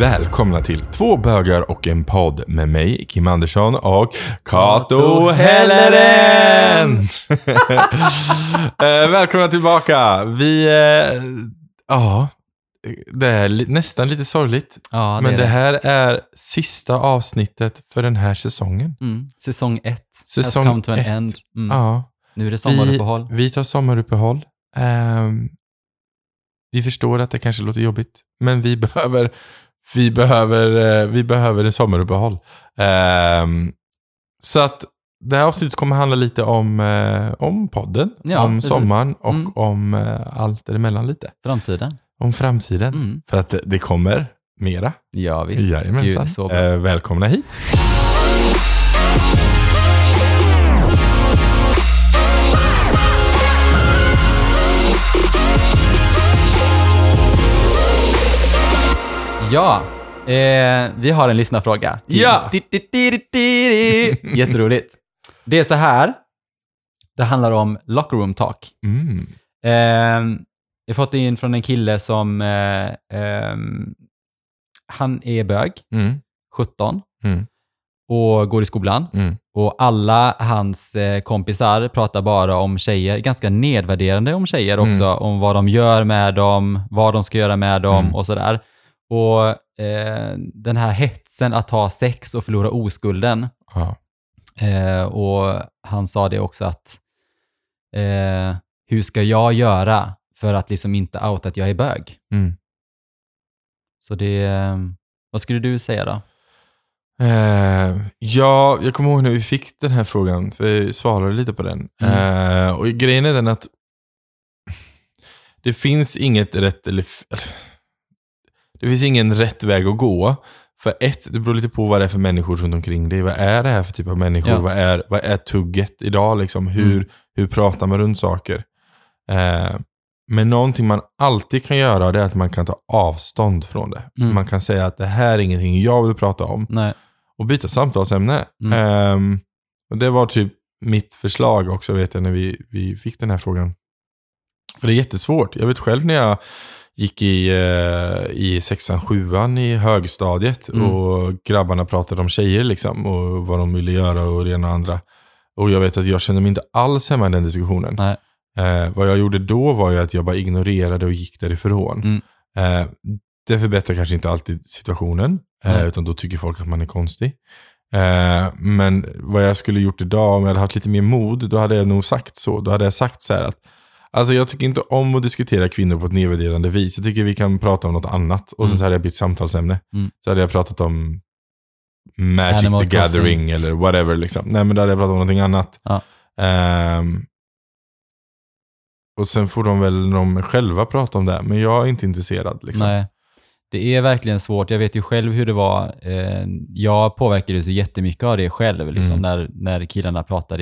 Välkomna till Två bögar och en podd med mig, Kim Andersson och Kato Helleren. Välkomna tillbaka. Det är nästan lite sorgligt. Ja, men det här är sista avsnittet för den här säsongen. Säsong 1 Säsong has come to an 1. end. Ja. Nu är det sommaruppehåll. Vi tar sommaruppehåll. Vi förstår att det kanske låter jobbigt, men vi behöver en sommaruppehåll. Så att det här avsnittet kommer handla lite om podden, om precis. Sommaren och om allt däremellan lite. Framtiden. Om framtiden. För att det kommer mera. Ja, visst. Jajamensan. Gud, så bra. Välkomna hit. Ja, vi har en lyssnarfråga. Ja! Jätteroligt. Det är så här. Det handlar om locker room talk. Jag har fått in från en kille som han är bög, 17 och går i skolan. Och alla hans kompisar pratar bara om tjejer, ganska nedvärderande om tjejer också, om vad de gör med dem, vad de ska göra med dem och sådär. Och den här hetsen att ha sex och förlora oskulden. Och han sa det också att hur ska jag göra för att liksom inte outa att jag är bög? Så det, vad skulle du säga då? Ja, jag kommer ihåg när vi fick den här frågan, för vi svarade lite på den. Och grejen är den att det finns inget rätt det finns ingen rätt väg att gå. För det beror lite på vad det är för människor runt omkring dig. Vad är det här för typ av människor? Ja. Vad är tugget idag? Liksom? Hur pratar man runt saker? Men någonting man alltid kan göra, det är att man kan ta avstånd från det. Man kan säga att det här är ingenting jag vill prata om. Nej. Och byta samtalsämne. Och det var typ mitt förslag också, vet jag, när vi fick den här frågan. För det är jättesvårt. Jag vet själv när jag gick i 6:an, 7:an i högstadiet och grabbarna pratade om tjejer liksom, och vad de ville göra och det ena och andra. Och jag vet att jag kände mig inte alls hemma i den diskussionen. Nej. Vad jag gjorde då var ju att jag bara ignorerade och gick därifrån. Det förbättrar kanske inte alltid situationen, utan då tycker folk att man är konstig. Men vad jag skulle gjort idag, om jag hade haft lite mer mod, då hade jag nog sagt så. Då hade jag sagt så här att alltså jag tycker inte om att diskutera kvinnor på ett nedvärderande vis. Jag tycker vi kan prata om något annat. Och så hade jag bytt samtalsämne. Så hade jag pratat om Magic Animal the Gathering eller whatever liksom. Nej, men då hade jag pratat om någonting annat. Ja. Och sen får de själva prata om det. Men jag är inte intresserad liksom. Nej. Det är verkligen svårt. Jag vet ju själv hur det var. Jag påverkade så jättemycket av det själv liksom, när killarna pratade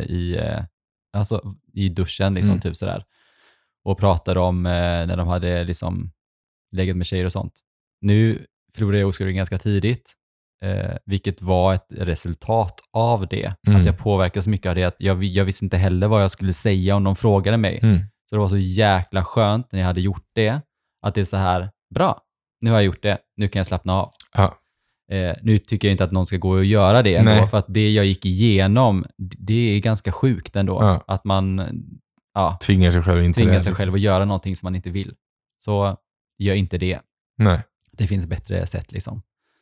i duschen liksom, typ sådär. Och pratade om när de hade liksom legat med tjejer och sånt. Nu förlorade jag oskulden ganska tidigt, vilket var ett resultat av det. Att jag påverkades mycket av det. Att jag visste inte heller vad jag skulle säga om de frågade mig. Så det var så jäkla skönt när jag hade gjort det. Att det är så här, bra, nu har jag gjort det. Nu kan jag slappna av. Ja. Nu tycker jag inte att någon ska gå och göra det ändå, för att det jag gick igenom, det är ganska sjukt ändå. Att man tvingar sig själv att göra någonting som man inte vill. Så gör inte det. Nej. Det finns bättre sätt liksom.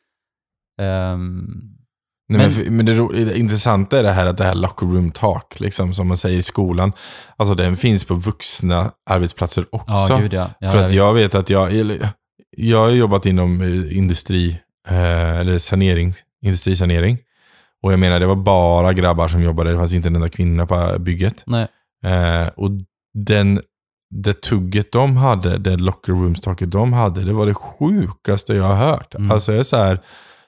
Men det intressanta är det här, att det här locker room talk liksom, som man säger i skolan, alltså den finns på vuxna arbetsplatser också. Ja, gud, ja. Ja, för att jag vet att jag har jobbat inom industri eller industrisanering, och jag menar det var bara grabbar som jobbade, det fanns inte en enda kvinna på bygget. Nej. Och det tugget de hade, det locker room talket de hade, det var det sjukaste jag har hört. Alltså jag är så här,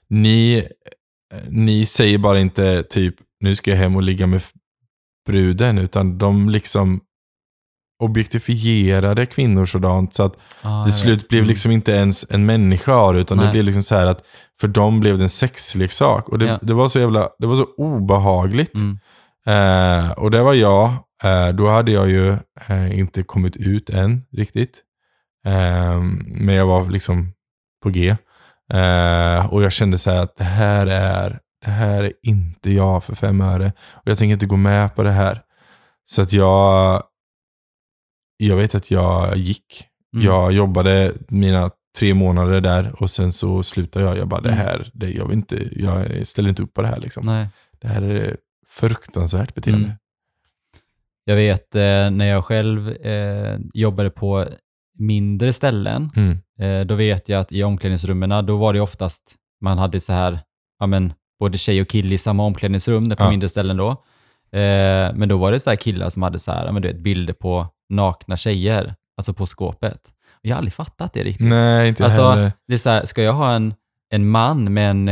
ni säger bara inte typ, nu ska jag hem och ligga med bruden, utan de liksom objektifierade kvinnor sådant, så att det slut blev liksom inte ens en människa, utan det blev liksom så här att för dem blev det en sexleksak, och det var så obehagligt. Och det var jag, då hade jag ju inte kommit ut än riktigt, men jag var liksom på G. Och jag kände så här att det här är inte jag för 5 öre. Och jag tänker inte gå med på det här. Så att jag vet att jag gick. Jag jobbade mina 3 månader där och sen så slutade jag. Jag bara, jag ställer inte upp på det här liksom. Nej. Det här är fruktansvärt beteende. Jag vet när jag själv jobbade på mindre ställen, då vet jag att i omklädningsrummen, då var det oftast, man hade så här, både tjej och kille i samma omklädningsrum på mindre ställen då. Men då var det så här killar som hade så här, bilder på nakna tjejer, alltså på skåpet. Och jag har aldrig fattat det riktigt. Nej, inte heller. Det är så här, ska jag ha en man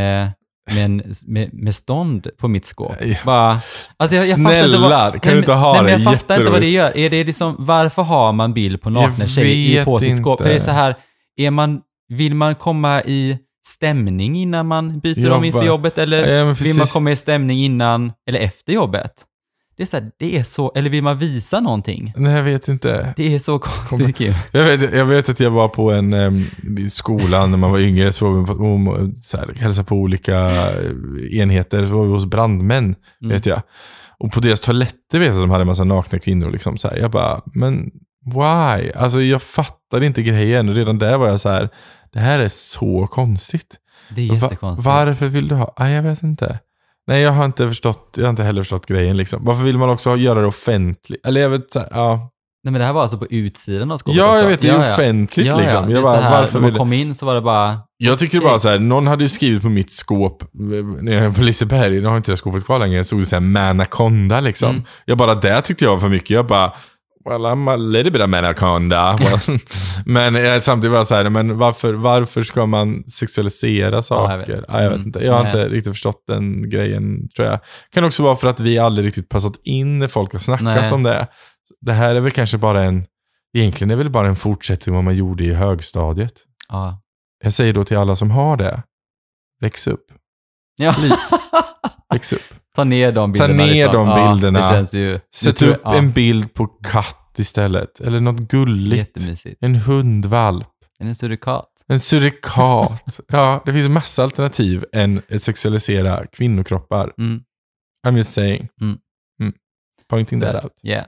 med stånd på mitt skåp? Bara, alltså jag snälla, kan du inte ha det? Jag fattar inte vad det gör. Är det liksom, varför har man bild på nakna tjejer på sitt skåp? För det är så här, vill man komma i stämning innan man byter om inför jobbet, eller vill man komma i stämning innan eller efter jobbet? Det är så här, det är så, eller vill man visa någonting? Nej, jag vet inte. Det är så konstigt, Kim. Jag vet att jag var på en skolan när man var yngre, så var vi så här, hälsade på olika enheter, så var vi hos brandmän, vet jag. Och på deras toaletter vet jag att de hade en massa nakna kvinnor liksom så här. Jag bara, men why? Alltså jag fattade inte grejen, och redan där var jag så här, det här är så konstigt. Det är jättekonstigt. Varför vill du ha? Jag vet inte. Nej, jag har inte heller förstått grejen liksom. Varför vill man också göra det offentligt? Eller jag vet så här, ja. Nej, men det här var alltså på utsidan av skåpet. Ja, jag vet, det är offentligt liksom. Jag bara, varför när man kom in så var det bara... Jag tycker bara så här, någon hade ju skrivit på mitt skåp när jag var på Liseberg, nu har inte det skåpet kvar längre, så det så här Manaconda liksom. Jag bara, det tyckte jag var för mycket. Jag bara, well, I'm a little bit of Manaconda. Men samtidigt var jag så här, men varför ska man sexualisera saker? Jag vet inte. Jag har inte riktigt förstått den grejen, tror jag. Kan också vara för att vi aldrig riktigt passat in när folk har snackat om det. Det här är väl kanske egentligen är väl bara en fortsättning vad man gjorde i högstadiet. Ja. Jag säger då till alla som har det, väx upp. Ja. Please. Väx upp. Ta ner de bilderna. Det känns ju... Sätt upp en bild på katt istället. Eller något gulligt. Jättemysigt. En hundvalp. En surikat. En surikat. Ja, det finns massa alternativ än att sexualisera kvinnokroppar. I'm just saying. Pointing that out. Yeah.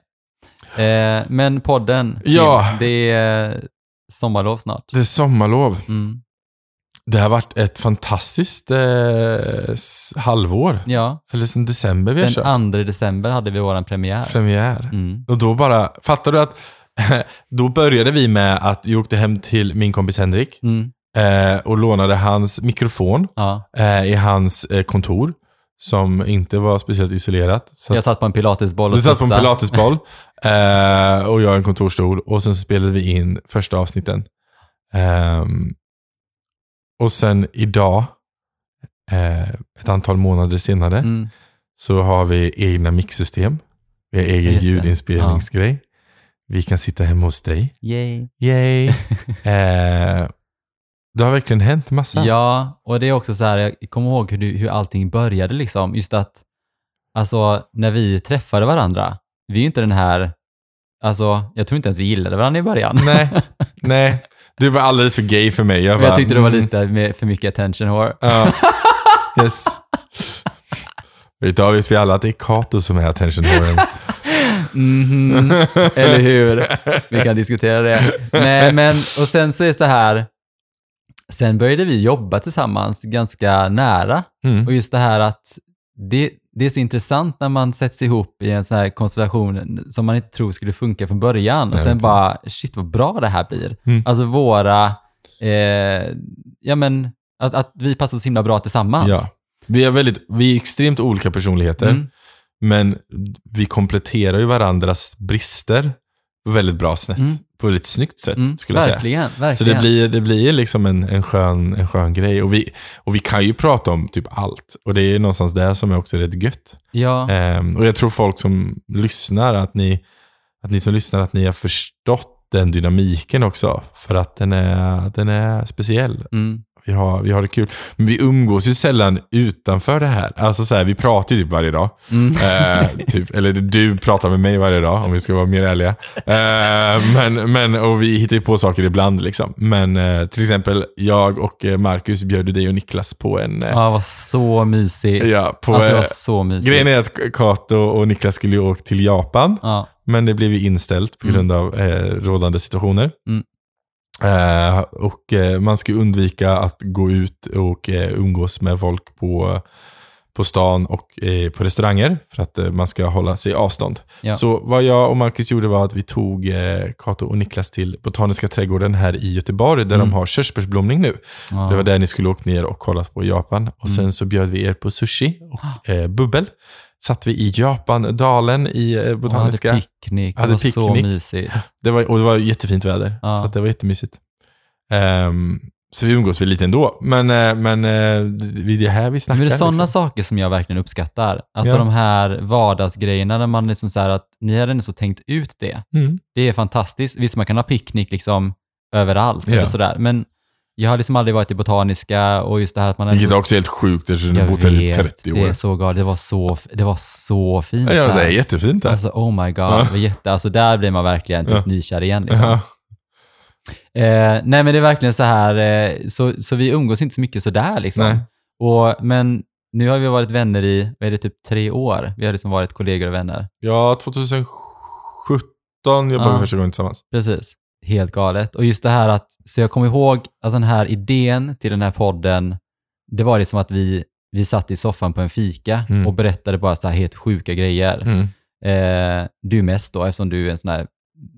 Men podden, det är sommarlov snart. Det är sommarlov. Det har varit ett fantastiskt halvår. Ja. Eller sen december vi har kört. Den 2 december hade vi våran premiär. Och då bara, fattar du att då började vi med att jag åkte hem till min kompis Henrik och lånade hans mikrofon i hans kontor. Som inte var speciellt isolerat. Så jag satt på en pilatesboll och satt på en pilatesboll och jag en kontorstol. Och sen spelade vi in första avsnitten. Och sen idag, ett antal månader senare, så har vi egna mixsystem. Vi har egen ljudinspelningsgrej. Vi kan sitta hemma hos dig. Yay. Det har verkligen hänt massa. Ja, och det är också så här, jag kommer ihåg hur allting började liksom. Just att, alltså när vi träffade varandra, vi är ju inte den här, alltså jag tror inte ens vi gillade varandra i början. Nej. Du var alldeles för gay för mig. Jag tyckte det var lite för mycket attention whore. Yes. Idag vet vi alla att det är Kato som är attention whore. Eller hur? Vi kan diskutera det. Nej, men och sen så är det så här. Sen började vi jobba tillsammans ganska nära. Och just det här att det är så intressant när man sätts ihop i en sån här konstellation som man inte tror skulle funka från början. Och sen bara, shit vad bra det här blir. Alltså våra, att vi passar så himla bra tillsammans. Ja. Vi är extremt olika personligheter. Men vi kompletterar ju varandras brister på väldigt bra sätt. På ett väldigt snyggt sätt skulle jag säga. Verkligen. Så det blir liksom en skön grej. Och vi kan ju prata om typ allt. Och det är någonstans där som är också rätt gött. Ja. Och jag tror folk som lyssnar, att ni som lyssnar, att ni har förstått den dynamiken också. För att den är speciell. vi har det kul. Men vi umgås ju sällan utanför det här. Alltså så här, vi pratar ju typ varje dag. Typ, eller du pratar med mig varje dag, om vi ska vara mer ärliga. Och vi hittar ju på saker ibland liksom. Men till exempel, jag och Marcus bjöd dig och Niklas på en... det var så mysigt. Ja, det var så mysigt. Grejen är att Kato och Niklas skulle ju åka till Japan. Ja. Men det blev ju inställt på grund av rådande situationer. Och man ska undvika att gå ut och umgås med folk på stan och på restauranger för att man ska hålla sig avstånd. Ja. Så vad jag och Marcus gjorde var att vi tog Kato och Niklas till Botaniska trädgården här i Göteborg där de har körsbärsblomning nu. Ja. Det var där ni skulle åka ner och kolla på Japan. Och sen så bjöd vi er på sushi och bubbel. Satt vi i Japandalen i Botaniska. Hade picknick. Det var så mysigt. Det var jättefint väder. Ja. Så det var jättemysigt. Så vi umgås väl lite ändå. Men det är det här vi snackar. Men det är sådana saker som jag verkligen uppskattar. Alltså de här vardagsgrejerna där man liksom så här att ni hade ändå så tänkt ut det. Det är fantastiskt. Visst, man kan ha picknick liksom överallt eller sådär. Men jag har liksom aldrig varit i Botaniska och just det här att man... Vilket är också helt sjukt eftersom du bott här i 30 år. Det är så galet. Det var så fint. Ja, det är jättefint där. Alltså, oh my god. Det var alltså där blir man verkligen typ nykär igen liksom. Nej, men det är verkligen så här, så vi umgås inte så mycket sådär liksom. Men nu har vi varit vänner i, vad är det, typ 3 år. Vi har liksom varit kollegor och vänner. Ja, 2017 jobbade vi första gången tillsammans. Precis. Helt galet. Och just det här att, så jag kommer ihåg att den här idén till den här podden, det var liksom att vi satt i soffan på en fika och berättade bara så här helt sjuka grejer. Du mest då, eftersom du är en sån här,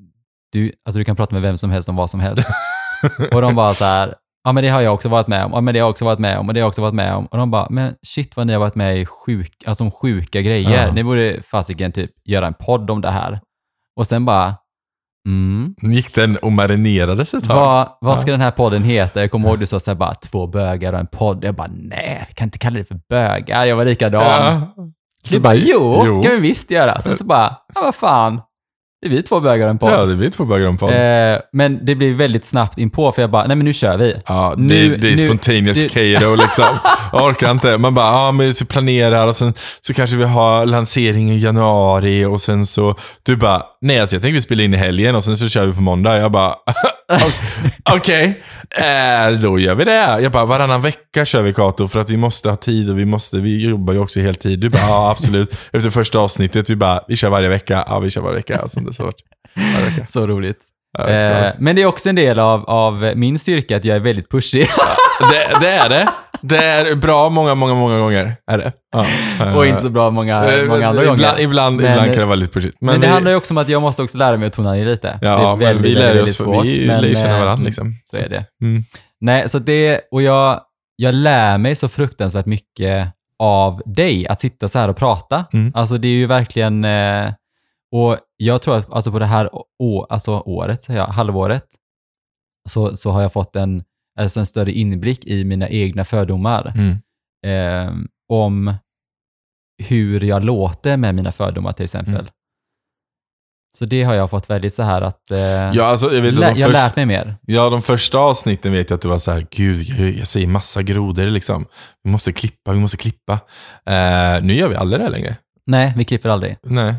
du kan prata med vem som helst om vad som helst. Och de bara så här, ja men det har jag också varit med om, ja men det har jag också varit med om, och det har jag också varit med om. Och de bara, men shit vad ni har varit med i sjuka grejer. Ni borde fasiken typ göra en podd om det här. Och sen bara, gick den och marinerades ett tag? Vad ska den här podden heta? Jag kommer ihåg du sa så här bara 2 bögar och en podd. Jag bara, nej, vi kan inte kalla det för bögar. Jag var likadan. Så bara, jo, kan vi visst göra. Så bara, vad fan. Det är vi 2 bögar och en podd. Ja, det är vi 2 bögar och en podd. Men det blir väldigt snabbt inpå för jag bara, nej men nu kör vi. Ja, det är spontaneous Kato liksom. Jag orkar inte. Man bara, men så planerar och sen så kanske vi har lansering i januari och sen så, du bara, nej alltså jag tänkte vi spela in i helgen och sen så kör vi på måndag. Jag bara, okej, då gör vi det. Jag bara, varannan vecka kör vi Kato för att vi måste ha tid och vi jobbar ju också heltid. Du bara, ja absolut. Efter första avsnittet, vi kör varje vecka. Ja, vi kör varje vecka. Alltså, det är så hårt. Så roligt. Men det är också en del av min styrka att jag är väldigt pushig. Det är det. Det är bra många gånger. Är det. Och inte så bra många andra gånger. Ibland kan det vara lite pushigt. Men det handlar ju också om att jag måste också lära mig att tona ner lite. Ja, det är väldigt, vi lär oss svårt. Vi lär känna varandra liksom. Så är det. Nej, så det, och jag lär mig så fruktansvärt mycket av dig att sitta så här och prata. Alltså det är ju verkligen... Och jag tror att alltså på det här halvåret så har jag fått en större inblick i mina egna fördomar om hur jag låter med mina fördomar till exempel. Så det har jag fått väldigt så här att jag har lärt mig mer. Ja, de första avsnitten vet jag att du var så här, gud, jag säger massa grodor liksom. Vi måste klippa. Nu gör vi aldrig det längre. Nej, vi klipper aldrig. Nej.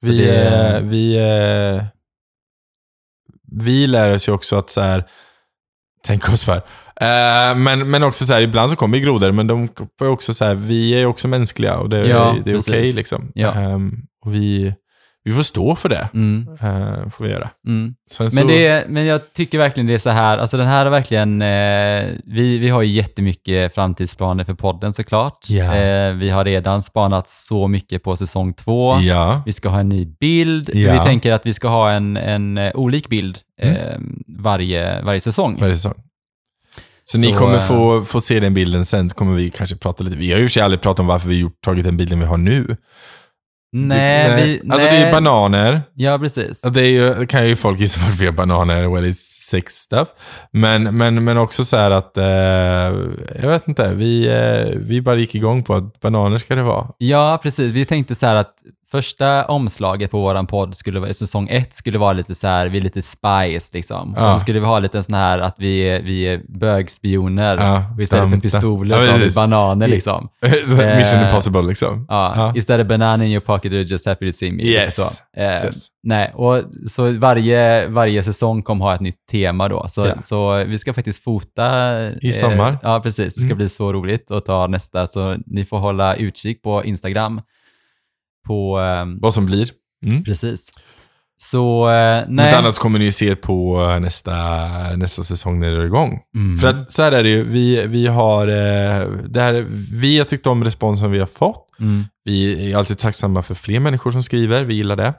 Vi lär oss ju också att så här, tänka oss för. Men också så här, ibland så kommer grodor, men de är också så här, vi är också mänskliga och det är okej liksom. Ja. Och vi får stå för det. Får vi göra. Men jag tycker verkligen det är så här, alltså den här är verkligen, vi har ju jättemycket framtidsplaner för podden såklart. Vi har redan spanat så mycket på säsong 2. Vi ska ha en ny bild. Vi tänker att vi ska ha en olik bild varje säsong. Så ni kommer få se den bilden sen, så kommer vi kanske prata lite. Vi har ju aldrig pratat om varför vi tagit den bilden vi har nu. Nej. Alltså det är bananer. Ja, precis. Och det kan ju folk gissa varför vi har bananer, well it's sex stuff. Men också så här att jag vet inte, vi bara gick igång på att bananer ska det vara. Ja, precis. Vi tänkte så här att första omslaget på våran podd skulle vara, säsong 1 skulle vara lite så här, vi är lite spies liksom. Och så skulle vi ha lite en sån här att vi är bögspioner. Och istället för pistoler så har vi bananer liksom. Mission Impossible liksom. Istället banana in your pocket, you're just happy to see me. Yes. Liksom. Nej, och så varje säsong kommer ha ett nytt tema då. Så vi ska faktiskt fota i sommar. Ja, precis. Det ska bli så roligt att ta nästa. Så ni får hålla utkik på Instagram. På vad som blir. Precis. Så nej. Något annat kommer ni se på nästa säsong när det är igång. För att så här är det ju, vi har vi har tyckt om responsen vi har fått. Vi är alltid tacksamma för fler människor som skriver, vi gillar det.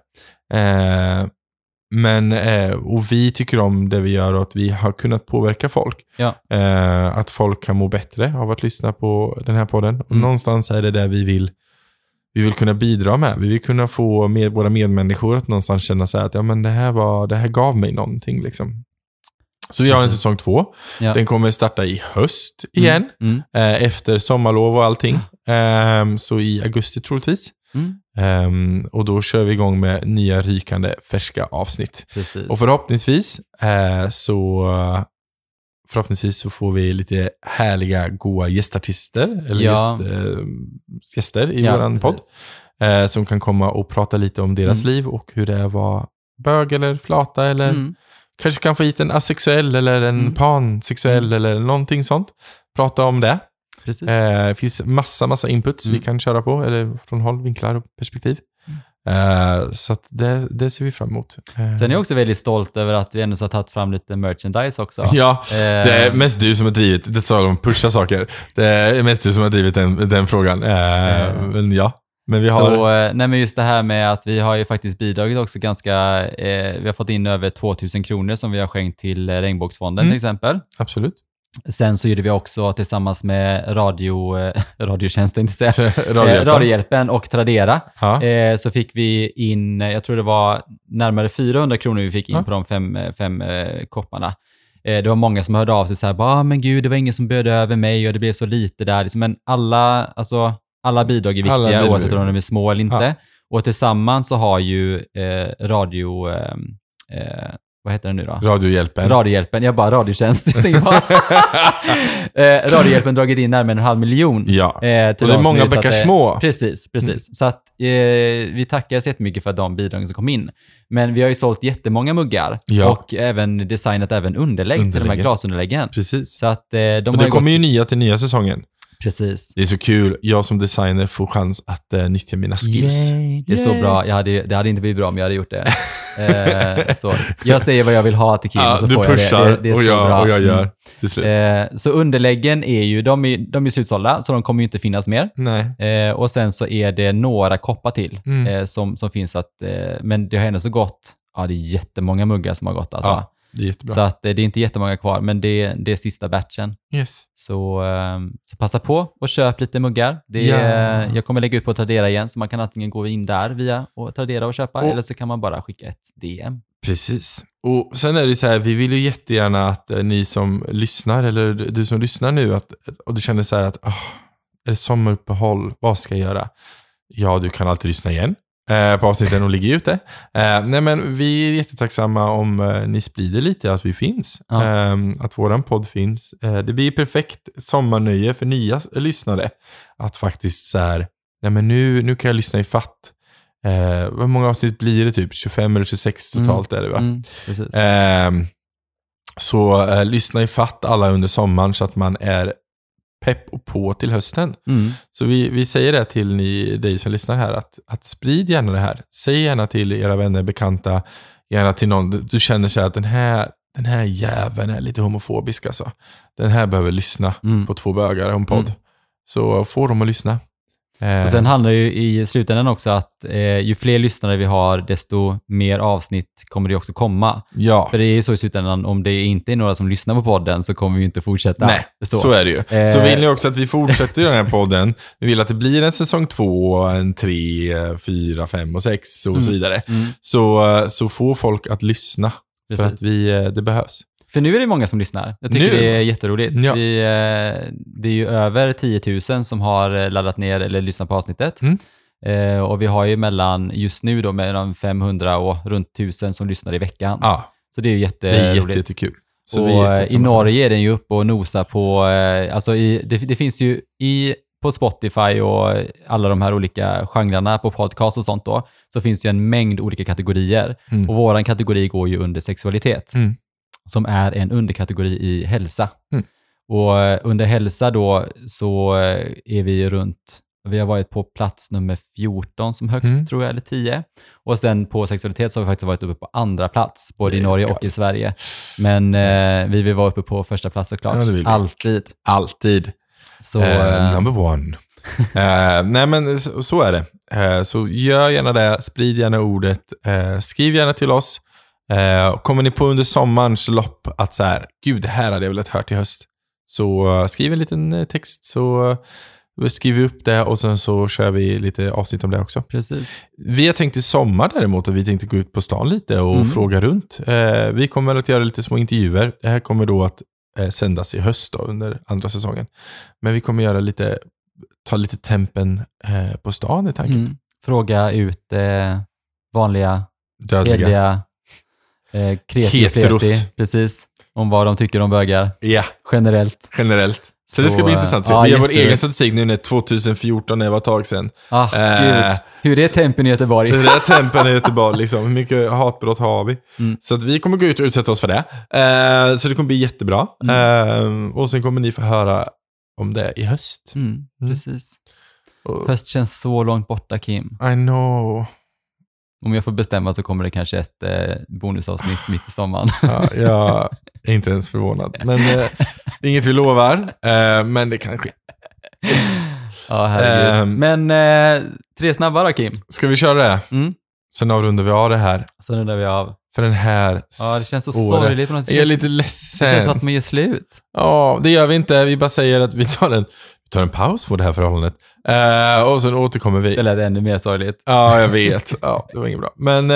Men och vi tycker om det vi gör och att vi har kunnat påverka folk. Att folk kan må bättre av att lyssna på den här podden. Och någonstans är det där vi vill kunna bidra med. Vi vill kunna få våra medmänniskor att någonstans känna så här att ja, men det här gav mig någonting liksom. Så vi har en säsong 2. Den kommer starta i höst igen. Efter sommarlov och allting. Så i augusti troligtvis. Och då kör vi igång med nya rykande färska avsnitt. Precis. Och förhoppningsvis så får vi lite härliga, goa gästartister eller gäster i våran podd som kan komma och prata lite om deras liv och hur det var bög eller flata eller kanske kan få hit en asexuell eller en pansexuell eller någonting sånt. Prata om det. Precis. Det finns massa inputs vi kan köra på eller från håll, vinklar och perspektiv. Så att det ser vi fram emot. Sen är jag också väldigt stolt över att vi ändå har tagit fram lite merchandise också. Ja, det är mest du som har drivit, det sa de, pusha saker. Det är mest du som har drivit den frågan. Men ja. Men vi har... nej, men just det här med att vi har ju faktiskt bidragit också ganska, vi har fått in över 2000 kronor som vi har skänkt till Regnbågsfonden till exempel. Absolut. Sen så gjorde vi också tillsammans med Radiotjänsten, Radiohjälpen och Tradera. Så fick vi in, jag tror det var närmare 400 kronor vi fick in på de fem kopparna. Det var många som hörde av sig så här, men gud, det var ingen som bjöd över mig och det blev så lite där. Men alla bidrag är viktiga oavsett om de är små eller inte. Och tillsammans så har ju vad heter den nu då? Radiohjälpen, jag bara radiotjänst. Radiohjälpen dragit in närmare 500 000. Ja, och det är många bäckar små. Precis. Så att vi tackar så jättemycket för de bidragen som kom in. Men vi har ju sålt jättemånga muggar och även designat underlägg till de här glasunderläggen. Precis. Så att, och det kommer ju nya till nya säsongen. Precis. Det är så kul. Jag som designer får chans att nyttja mina skills. Det är så bra. Det hade inte blivit bra om jag hade gjort det. Så jag säger vad jag vill ha till Kim och så får jag det. Det är så bra. Och jag gör till slut. Så underläggen är ju, de är slutsålda, så de kommer ju inte finnas mer. Nej. Och sen så är det några koppar till som finns men det har ändå så gått. Ja, det är jättemånga muggar som har gått alltså. Ja. Det är jättebra. Så att det är inte jättemånga kvar, men det är sista batchen. Yes. Så passa på och köp lite muggar. Jag kommer lägga ut på Tradera igen, så man kan antingen gå in där via och Tradera och köpa, eller så kan man bara skicka ett DM. Precis. Och sen är det så här, vi vill ju jättegärna att ni som lyssnar, eller du som lyssnar nu, och du känner så här att är det sommaruppehåll, vad ska jag göra? Ja, du kan alltid lyssna igen på avsnitten och ligger ute. Nej, men vi är jättetacksamma om ni sprider lite att vi finns. Att våran podd finns. Det blir perfekt sommarnöje för nya lyssnare. Att faktiskt så här, nej men nu kan jag lyssna i fatt. Hur många avsnitt blir det? Typ 25 eller 26 totalt är det va? Precis. Så lyssna i fatt alla under sommaren så att man är pepp och på till hösten. Så vi säger det till dig som lyssnar här, att sprid gärna det här. Säg gärna till era vänner, bekanta, gärna till någon du känner sig att den här jäveln är lite homofobisk alltså. Den här behöver lyssna på 2 bögar och en podd. Så får de att lyssna. Och sen handlar det ju i slutändan också att ju fler lyssnare vi har, desto mer avsnitt kommer det också komma. Ja. För det är ju så i slutändan, om det inte är några som lyssnar på podden så kommer vi inte fortsätta. Nej, så är det ju. Så vill ni också att vi fortsätter den här podden, vi vill att det blir en säsong 2, en 3, 4, 5 och 6 och så vidare. Så får folk att lyssna. Precis. För att det behövs. För nu är det många som lyssnar. Jag tycker det är jätteroligt. Ja. Det är ju över 10 000 som har laddat ner eller lyssnat på avsnittet. Och vi har ju just nu då mellan 500 och runt 1000 som lyssnar i veckan. Ja. Så det är ju Det är jättekul. Så och i Norge är den ju uppe och nosar på, alltså det finns ju på Spotify och alla de här olika genrerna på podcast och sånt då, så finns det ju en mängd olika kategorier. Och våran kategori går ju under sexualitet, som är en underkategori i hälsa. Och under hälsa då så är vi har varit på plats nummer 14 som högst tror jag, eller 10. Och sen på sexualitet så har vi faktiskt varit uppe på andra plats, både i Norge och i Sverige. Men vi vill vara uppe på första plats såklart. Ja, Alltid. Så, number one. Nej men så är det. Så gör gärna det, sprid gärna ordet, skriv gärna till oss. Kommer ni på under sommarens lopp att så här, gud det här hade jag velat hört i höst, så skriv en liten text, så skriver vi upp det och sen så kör vi lite avsnitt om det också. Precis. Vi har tänkt i sommar däremot att vi tänkte gå ut på stan lite och fråga runt. Vi kommer att göra lite små intervjuer. Det här kommer då att sändas i höst då, under andra säsongen. Men vi kommer göra ta lite tempen på stan i tanken. Fråga ut vanliga, dödliga, kreativa, precis, om vad de tycker om bögar. Ja. Generellt. Så det ska bli intressant. Vi har vår egen statistik nu när 2014, det var ett tag sedan. Hur är tempen i Göteborg? Liksom. Hur mycket hatbrott har vi? Så att vi kommer gå ut och utsätta oss för det. Så det kommer bli jättebra. Och sen kommer ni få höra om det i höst. Precis. Höst känns så långt borta, Kim. I know. Om jag får bestämma så kommer det kanske ett bonusavsnitt mitt i sommaren. Ja, jag är inte ens förvånad. Men det är inget vi lovar. Men det kan ske. Ja, herregud. Men 3 snabba då, Kim. Ska vi köra det? Sen avrundar vi av det här. Sen rundar vi av. För den här Ja, det känns så sorgligt på något sätt. Jag är lite ledsen. Det känns att man gör slut. Ja, det gör vi inte. Vi bara säger att vi tar en paus på det här förhållandet. Och sen återkommer vi. Det lät ännu mer sorgligt. Ja, jag vet. Ja, det var inget bra. Men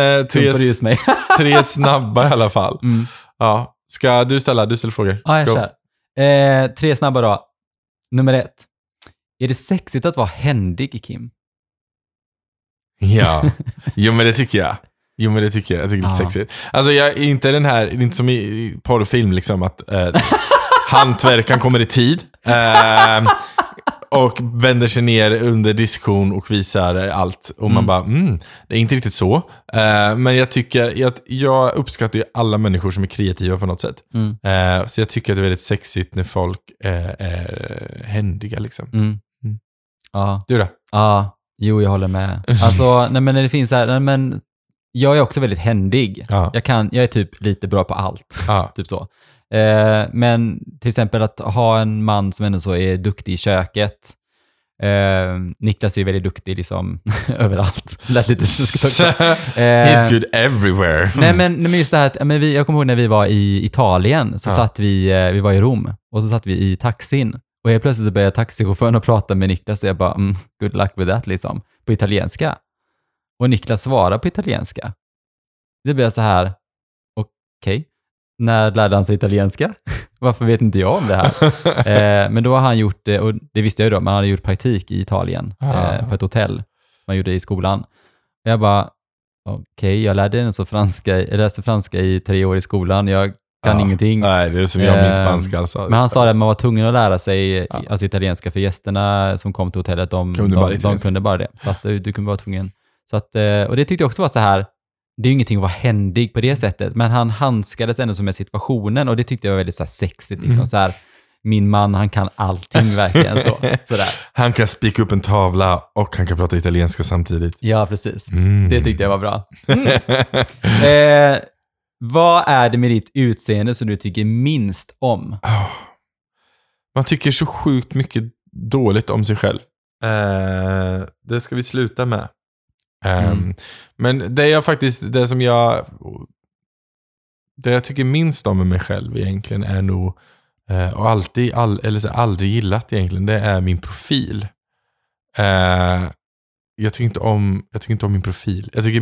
3 snabba i alla fall. Ja. Ska du ställa frågor? Ja, jag kör. 3 snabba då. Nummer 1. Är det sexigt att vara händig, Kim? Ja. Jo, men det tycker jag. Jag tycker det är lite sexigt. Alltså jag är inte det är inte som i porrfilm liksom att hantverkaren kommer i tid och vänder sig ner under diskussion och visar allt. Och man bara, det är inte riktigt så. Men jag tycker, jag uppskattar ju alla människor som är kreativa på något sätt. Så jag tycker att det är väldigt sexigt när folk är händiga liksom. Ja. Du då? Ja, jo, jag håller med. Alltså, nej, men när det finns så här, men jag är också väldigt händig. Ja. Jag är typ lite bra på allt. Ja. Typ så. Men till exempel att ha en man som ändå så är duktig i köket. Niklas är väldigt duktig liksom överallt. Lät lite He's good everywhere. Nej men just det här att, jag kommer ihåg när vi var i Italien så satt vi var i Rom och så satt vi i taxin och helt plötsligt så började taxichauffören att prata med Niklas och jag bara good luck with that liksom på italienska. Och Niklas svarar på italienska. Det blev så här, okej. När lärde han sig italienska? Varför vet inte jag om det här? Men då har han gjort, och det visste jag ju då, man hade gjort praktik i Italien på ett hotell som man gjorde i skolan. Och jag bara, okej, jag läste franska i 3 år i skolan, jag kan ingenting. Nej, det är som jag minns spanska. Alltså. Men han sa att man var tvungen att lära sig alltså italienska, för gästerna som kom till hotellet, de kunde bara det. Så att du kunde vara tvungen. Så att, och det tyckte jag också var så här, det är ju ingenting att vara händig på det sättet, men han handskades ändå som med situationen och det tyckte jag var väldigt så här sexigt. Liksom, så här, min man, han kan allting verkligen sådär. Han kan spika upp en tavla och han kan prata italienska samtidigt. Ja, precis. Det tyckte jag var bra. Vad är det med ditt utseende som du tycker minst om? Man tycker så sjukt mycket dåligt om sig själv. Det ska vi sluta med. Men det jag tycker minst om med mig själv egentligen är nog och aldrig gillat egentligen, det är min profil. Jag tycker inte om min profil. Jag tycker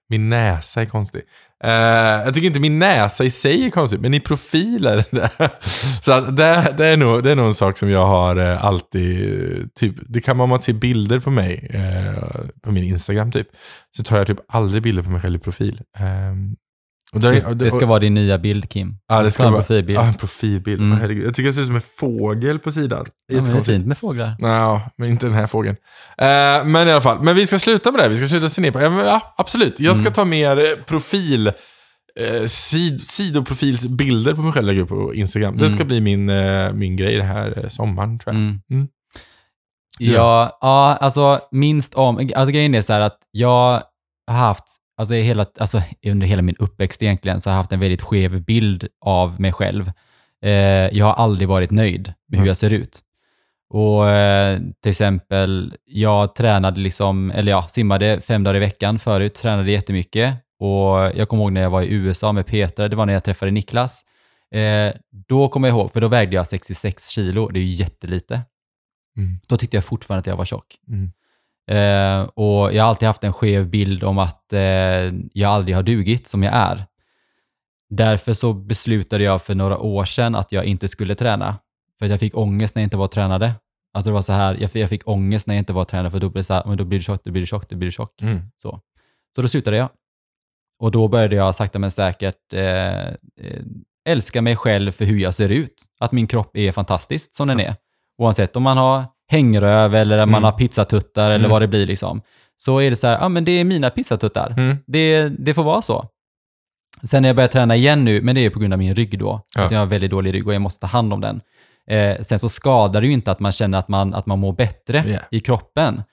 Min näsa är konstig. Jag tycker inte min näsa i sig är konstig, men i profiler så att det är nog en sak som jag har alltid typ, det kan man se bilder på mig på min Instagram typ, så tar jag typ aldrig bilder på mig själv i profil. Och det ska vara din nya bild, Kim. Ja, det ska vara en profilbild. Ja, en profilbild. Jag tycker jag ser ut som en fågel på sidan. Ja, men det är fint med fåglar. Ja, men inte den här fågeln. Men i alla fall. Men vi ska sluta med det. Vi ska sluta se ner på. Ja, absolut. Jag ska ta mer profil, sidoprofilsbilder på mig själv och lägga upp på Instagram. Det ska bli min grej det här sommaren, tror jag. Ja, alltså minst om... Alltså grejen är så här att jag har haft... under hela min uppväxt egentligen så har jag haft en väldigt skev bild av mig själv. Jag har aldrig varit nöjd med hur jag ser ut. Och till exempel, jag tränade simmade 5 dagar i veckan förut, tränade jättemycket. Och jag kommer ihåg när jag var i USA med Peter, det var när jag träffade Niklas. Då kommer jag ihåg, för då vägde jag 66 kilo, det är ju jättelite. Då tyckte jag fortfarande att jag var tjock. Och jag har alltid haft en skev bild om att jag aldrig har dugit som jag är. Därför så beslutade jag för några år sedan att jag inte skulle träna. För att jag fick ångest när jag inte var tränade. Alltså det var så här, jag fick ångest när jag inte var tränad, för då blev det så här, men då blir du tjock. Så då slutade jag. Och då började jag sakta men säkert älska mig själv för hur jag ser ut. Att min kropp är fantastisk som den är. Oavsett om man har hängröv eller man har pizzatuttar eller vad det blir liksom. Så är det så här, men det är mina pizzatuttar. Det får vara så. Sen när jag börjar träna igen nu, men det är på grund av min rygg då. Att jag har väldigt dålig rygg och jag måste ta hand om den. Sen så skadar det ju inte att man känner att man mår bättre i kroppen.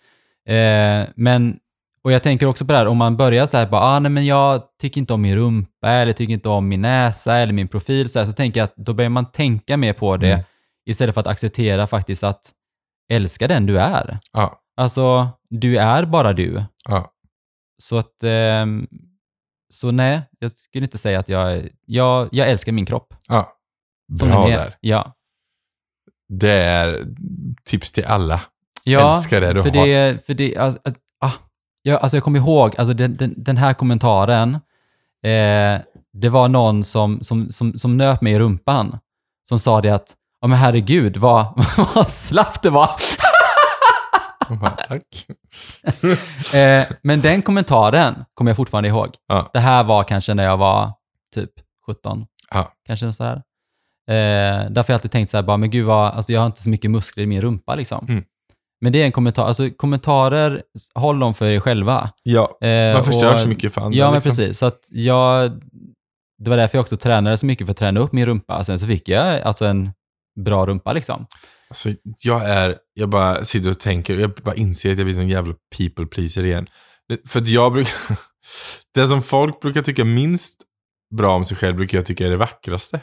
Och jag tänker också på det här, om man börjar så här, bara, nej men jag tycker inte om min rumpa eller tycker inte om min näsa eller min profil, så tänker jag att då börjar man tänka mer på det istället för att acceptera faktiskt att älska den du är. Ja. Alltså, du är bara du. Ja. Så att, så nej, jag skulle inte säga att jag älskar min kropp. Ja, bra där. Ja. Det är tips till alla. Ja, älskar det du har. För det, alltså jag kommer ihåg, alltså den här kommentaren, det var någon som nöp mig i rumpan, som sa det att, ja men herregud, vad slapp det var. Tack. Men den kommentaren kommer jag fortfarande ihåg. Ja. Det här var kanske när jag var typ 17. Ja. Kanske så här. Därför har jag alltid tänkt så här, bara, men gud alltså jag har inte så mycket muskler i min rumpa liksom. Men det är en kommentar, alltså kommentarer, håll dem för er själva. Ja, man förstör så mycket för andra. Ja, men liksom. precis. Så att det var därför jag också tränade så mycket, för att träna upp min rumpa. Sen så fick jag alltså en bra rumpa liksom. Alltså jag bara sitter och tänker, och jag bara inser att jag blir sån jävla people pleaser igen. För att jag brukar, det som folk brukar tycka minst bra om sig själv brukar jag tycka är det vackraste.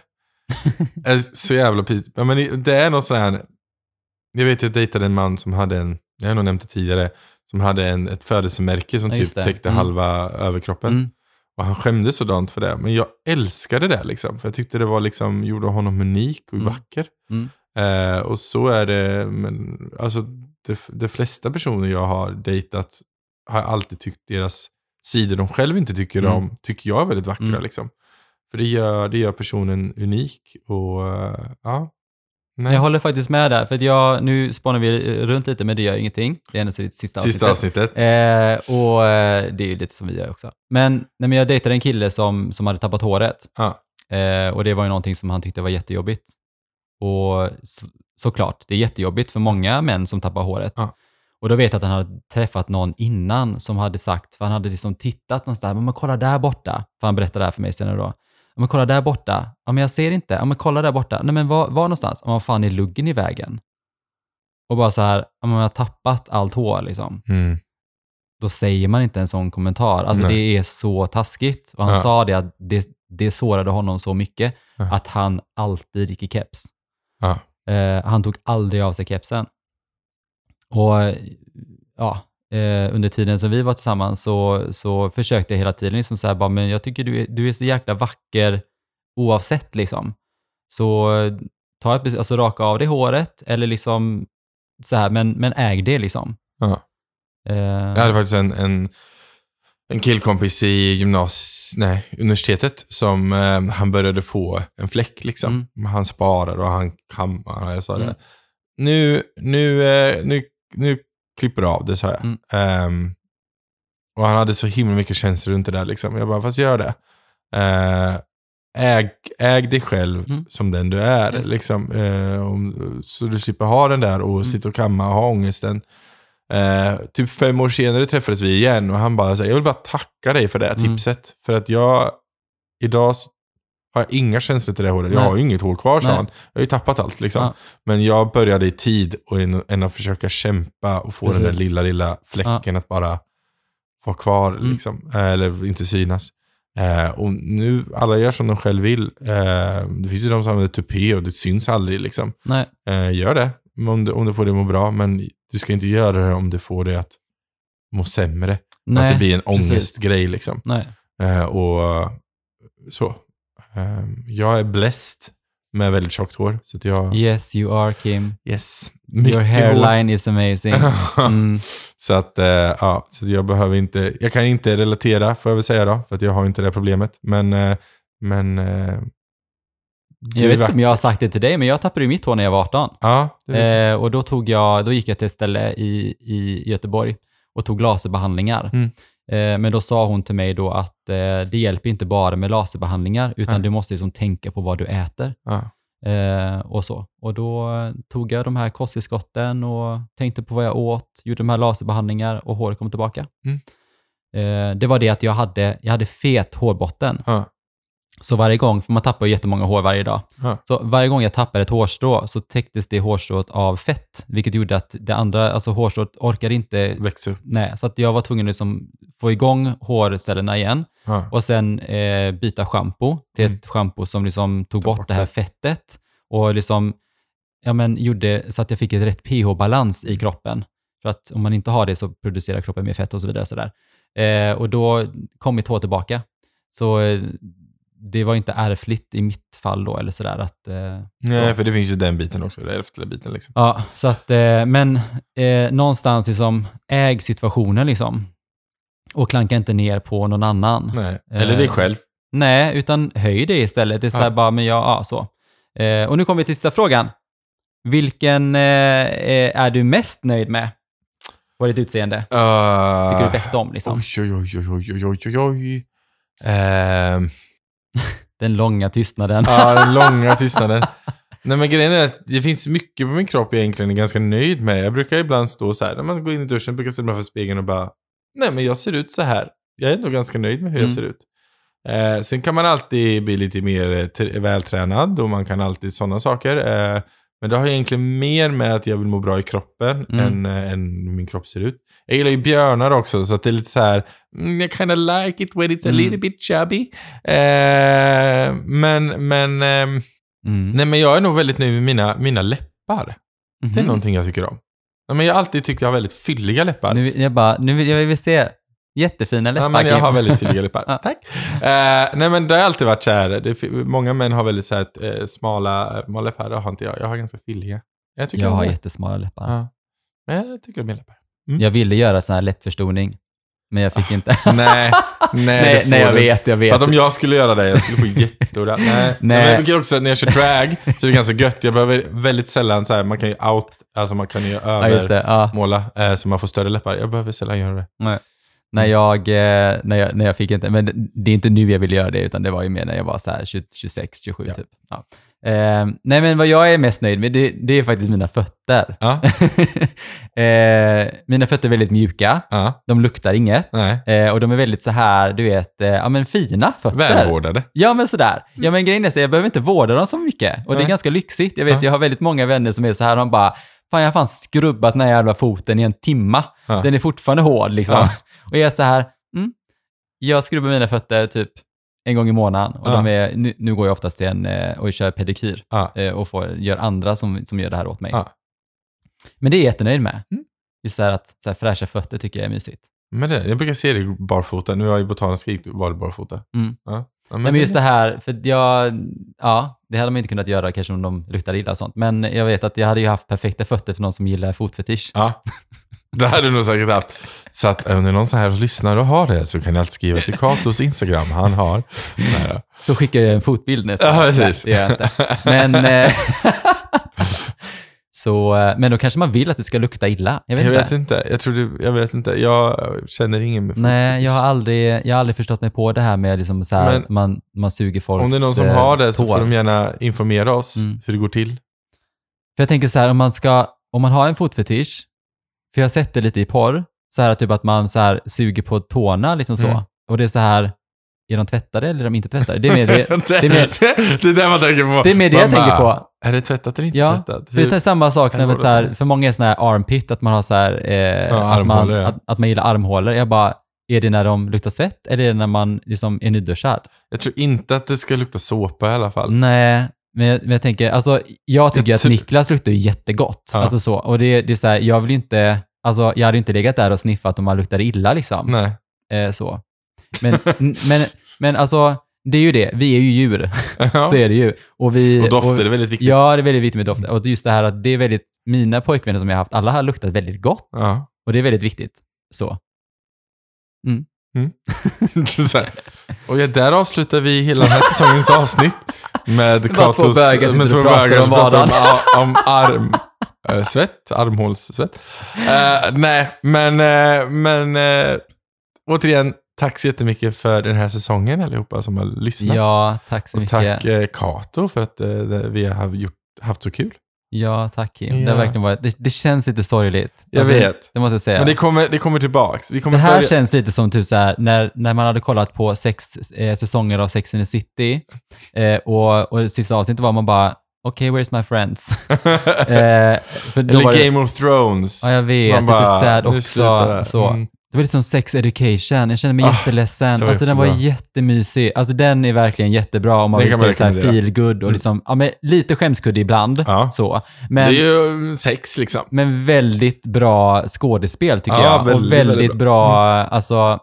Så jävla pleaser. Men det är något sån här, jag vet att jag dejtade en man som hade jag har nog nämnt det tidigare, som hade ett födelsemärke som typ täckte halva överkroppen. Och han skämdes sådant för det. Men jag älskade det liksom. För jag tyckte det var liksom, gjorde honom unik och vacker. Och så är det, men alltså de flesta personer jag har dejtat har alltid tyckt deras sidor de själv inte tycker om, tycker jag är väldigt vackra liksom. För det gör personen unik. Och ja. Nej. Jag håller faktiskt med där, för att nu spanar vi runt lite, men det gör ingenting. Det är ändå sista avsnittet. Och det är ju lite som vi gör också. Men jag dejtade en kille som hade tappat håret. Och det var ju någonting som han tyckte var jättejobbigt. Och såklart, det är jättejobbigt för många män som tappar håret. Och då vet jag att han hade träffat någon innan som hade sagt, för han hade liksom tittat någonstans, men kolla där borta. För han berättade det här för mig senare då. Men kolla där borta. Ja, men jag ser inte. Ja, men kolla där borta. Nej, men var någonstans? Ja, vad fan är luggen i vägen? Och bara så här, ja, men jag har tappat allt hår liksom. Då säger man inte en sån kommentar. Alltså det är så taskigt. Och han sa det att det sårade honom så mycket att han alltid gick i keps. Han tog aldrig av sig kepsen. Och under tiden som vi var tillsammans så försökte jag hela tiden liksom så här, bara, men jag tycker du är så jäkla vacker oavsett liksom. Så alltså raka av det håret eller liksom så här, men äg det liksom. Jag hade faktiskt en killkompis i universitetet som han började få en fläck liksom. Han sparar och han kammar. Jag sa det. Nu klipper du av det, sa jag. Och han hade så himla mycket känslor runt det där liksom. Jag bara, fast gör det. Äg dig själv som den du är. Liksom, så du slipper ha den där och sitta och kamma och ha ångesten. Typ 5 år senare träffades vi igen och han bara säger, jag vill bara tacka dig för det här tipset. För att idag har jag inga känslor till det håret. Jag har ju inget hår kvar, sa han. Jag har ju tappat allt liksom. Ja. Men jag började i tid och än att försöka kämpa och få den där lilla fläcken att bara vara kvar liksom. Eller inte synas. Och nu, alla gör som de själv vill. Det finns ju de som använder tupé och det syns aldrig liksom. Nej. Gör det om du får det må bra. Men du ska inte göra det om du får det att må sämre. Att det blir en ångestgrej liksom. Nej. Och så. Jag är blessed med väldigt tjockt hår. Så att Yes, you are, Kim. Yes. Your hairline is amazing. Så att så att jag behöver inte, jag kan inte relatera, får jag väl säga då, för att jag har inte det problemet. Men jag vet inte om jag har sagt det till dig, men jag tappade ju mitt hår när jag var 18. Ja, och då gick jag till ett ställe i Göteborg och tog laserbehandlingar. Men då sa hon till mig då att det hjälper inte bara med laserbehandlingar, utan du måste liksom tänka på vad du äter. Och så. Och då tog jag de här kosttillskotten och tänkte på vad jag åt, gjorde de här laserbehandlingar och håret kom tillbaka. Det var det att jag hade fet hårbotten. Så varje gång, för man tappar ju jättemånga hår varje dag. Så varje gång jag tappade ett hårstrå så täcktes det hårstrået av fett, vilket gjorde att det andra, alltså hårstrået orkade inte växa upp. Nej, så att jag var tvungen att liksom få igång hårställena igen och sen byta shampoo till ett shampoo som liksom tog bort det här fettet och liksom gjorde så att jag fick ett rätt pH-balans i kroppen. För att om man inte har det så producerar kroppen mer fett och så vidare. Sådär. Och då kom mitt hår tillbaka. Så det var inte ärftligt i mitt fall då, eller sådär att... Nej, för det finns ju den biten också, den ärftliga biten liksom. Ja, så att, men någonstans liksom, äg situationen liksom. Och klanka inte ner på någon annan. Nej, eller dig själv. Nej, utan höj det istället. Det är så här bara, men så. Och nu kommer vi till sista frågan. Vilken är du mest nöjd med? På ditt utseende? Tycker du bäst om liksom? Oj. Den långa tystnaden. Ja, den långa tystnaden. Nej, men grejen är att det finns mycket på min kropp jag egentligen är ganska nöjd med. Jag brukar ibland stå så här, när man går in i duschen, brukar jag ställa mig för spegeln och bara, nej men jag ser ut så här. Jag är ändå ganska nöjd med hur jag ser ut. Sen kan man alltid bli lite mer vältränad och man kan alltid sådana saker. Men det har egentligen mer med att jag vill må bra i kroppen än min kropp ser ut. Jag gillar ju björnar också, så att det är lite så här, I kind of like it when it's a little bit chubby. Men jag är nog väldigt nöjd med mina läppar. Det är någonting jag tycker om. Men jag har alltid tyckt jag har väldigt fylliga läppar. Jag vill se jättefina läppar. Ja, men jag har väldigt fylliga läppar. Tack. Nej, men det har alltid varit så här. Många män har väldigt så här, smala läppar. Det har inte jag. Jag har ganska fylliga. Jag har jättesmala läppar. Ja. Men jag tycker om mina läppar. Jag ville göra sån här läppförstoring. Men jag fick inte. Nej, jag vet. För att om jag skulle göra det, jag skulle få jättestora. Nej. Men jag brukar också, när jag kör drag, så är det ganska gött. Jag behöver väldigt sällan så här, man kan ju man kan ju övermåla så man får större läppar. Jag behöver sällan göra det. Nej. När jag fick inte, men det är inte nu jag vill göra det, utan det var ju mer när jag var så här 26, 27 typ. Ja. Nej, men vad jag är mest nöjd med, det är faktiskt mina fötter. Ja. Mina fötter är väldigt mjuka. Ja. De luktar inget. Och de är väldigt så här, du vet, fina fötter. Välvårdade. Ja, men sådär. Ja, men grejen är så jag behöver inte vårda dem så mycket. Och det är ganska lyxigt. Jag har väldigt många vänner som är så här, de bara, fan, jag har fan skrubbat den här jävla foten i 1 timma. Ja. Den är fortfarande hård liksom. Ja. Och jag är så här, jag skrubbar mina fötter typ 1 gång i månaden. Och de är, nu går jag oftast till och kör pedikyr. Och gör andra som gör det här åt mig. Men det är jag jättenöjd med. Just så här att så här, fräscha fötter tycker jag är mysigt. Men jag brukar se det barfota. Nu har jag i Botaniska varit barfota. Men just det här, för det hade man inte kunnat göra kanske om de luktar illa och sånt. Men jag vet att jag hade ju haft perfekta fötter för någon som gillar fotfetisch. Ja. Det hade du nog säkert haft. Så att om det är någon så här som lyssnar och har det så kan ni alltid skriva till Katos Instagram. Han har. Nej, så skickar jag en fotbild nästan. Ja, precis. Nej, det gör jag inte. Men, men då kanske man vill att det ska lukta illa. Jag vet inte. Jag vet inte. Jag känner ingen med Nej, jag har aldrig förstått mig på det här med liksom så här, man suger folks om det är någon som har det så tår. får de gärna informera oss hur det går till. För jag tänker så här, om man har en fotfetisch, för jag har sett det lite i porr, så här typ att man så här suger på tårna liksom så. Och det är så här, är de tvättade eller är de inte tvättade? Det är mer det är det man tänker på. Det är mer det jag tänker på. Är det tvättat eller inte tvättat? För det är samma sak när så här, för många är såna här armpit, att man har så här, att man gillar armhålor. Jag bara, är det när de luktar svett eller är det när man liksom är nyduschad? Jag tror inte att det ska lukta såpa i alla fall. Nej, men jag tänker, alltså jag tycker att Niklas luktar ju jättegott. Ja. Alltså så, och det är så här, jag vill inte, alltså jag hade inte legat där och sniffat om man luktar illa liksom. Nej. Så. Men alltså, det är ju det. Vi är ju djur. Så är det ju. Och dofter är väldigt viktigt. Ja, det är väldigt viktigt med dofter. Och just det här att det är väldigt, mina pojkvänner som jag har haft, alla har luktat väldigt gott. Ja. Och det är väldigt viktigt. Så. Och där avslutar vi hela den här säsongens avsnitt med Katos, med två bögar som pratar om armhålssvett. Nej, men återigen, tack så jättemycket för den här säsongen allihopa som har lyssnat. Ja, tack så mycket. Och tack Kato för att vi har haft så kul. Ja, tack Kim. Det har verkligen varit, det känns lite sorgligt. Jag vet. Det måste jag säga. Men det kommer tillbaks. Det här känns lite som typ så här, när man hade kollat på 6 säsonger av Sex and the City och det sista avsnittet var man bara, okej, where's my friends? Eller Game of Thrones. Ja, jag vet. Man bara, lite sad också. Så. Det var liksom Sex Education. Jag kände mig jätteledsen. Alltså den var jättemysig. Alltså den är verkligen jättebra om man vill se så här feel good och liksom, men lite skämskudde ibland. Ja. Så. Men, det är ju sex liksom. Men väldigt bra skådespel tycker jag. Och väldigt bra, alltså,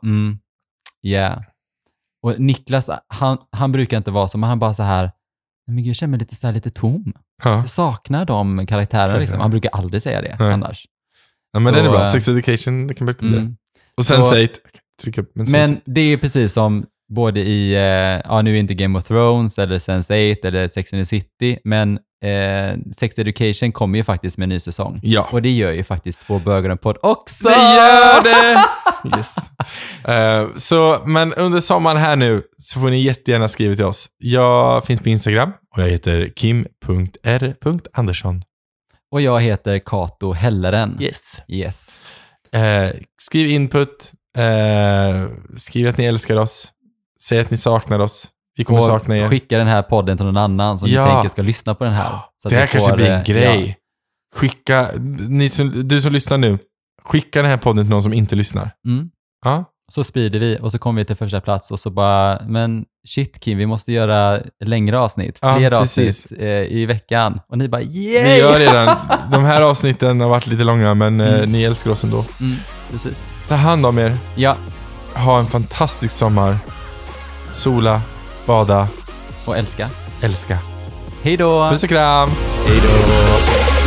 Och Niklas, han brukar inte vara så, men han bara så här, men jag känner mig lite så här, lite tom. Jag saknar de karaktärerna liksom. Han brukar aldrig säga det annars. Ja, men det är bra. Sex Education, det kan bli det. Och Sense8, tryck upp. Men det är precis som både i, nu är inte Game of Thrones eller Sense8 eller Sex and the City, men Sex Education kommer ju faktiskt med en ny säsong. Ja. Och det gör ju faktiskt Två bögar och en podd också. Det gör det! Yes. Men under sommaren här nu så får ni jättegärna skriva till oss. Jag finns på Instagram och jag heter kim.r.andersson. Och jag heter Kato Helleren. Yes. Skriv input. Skriv att ni älskar oss. Säg att ni saknar oss. Vi kommer sakna er. Skicka den här podden till någon annan som ni tänker ska lyssna på den här. Så det här kanske blir en grej. Ja. Skicka, du som lyssnar nu, skicka den här podden till någon som inte lyssnar. Ja. Så sprider vi och så kommer vi till första plats och så bara, men shit Kim, vi måste göra längre avsnitt. Fler avsnitt i veckan. Och ni bara, yay! Vi gör redan. De här avsnitten har varit lite långa, men ni älskar oss ändå. Precis. Ta hand om er. Ja. Ha en fantastisk sommar. Sola, bada. Och älska. Älska. Hej då! Puss och kram! Hej då!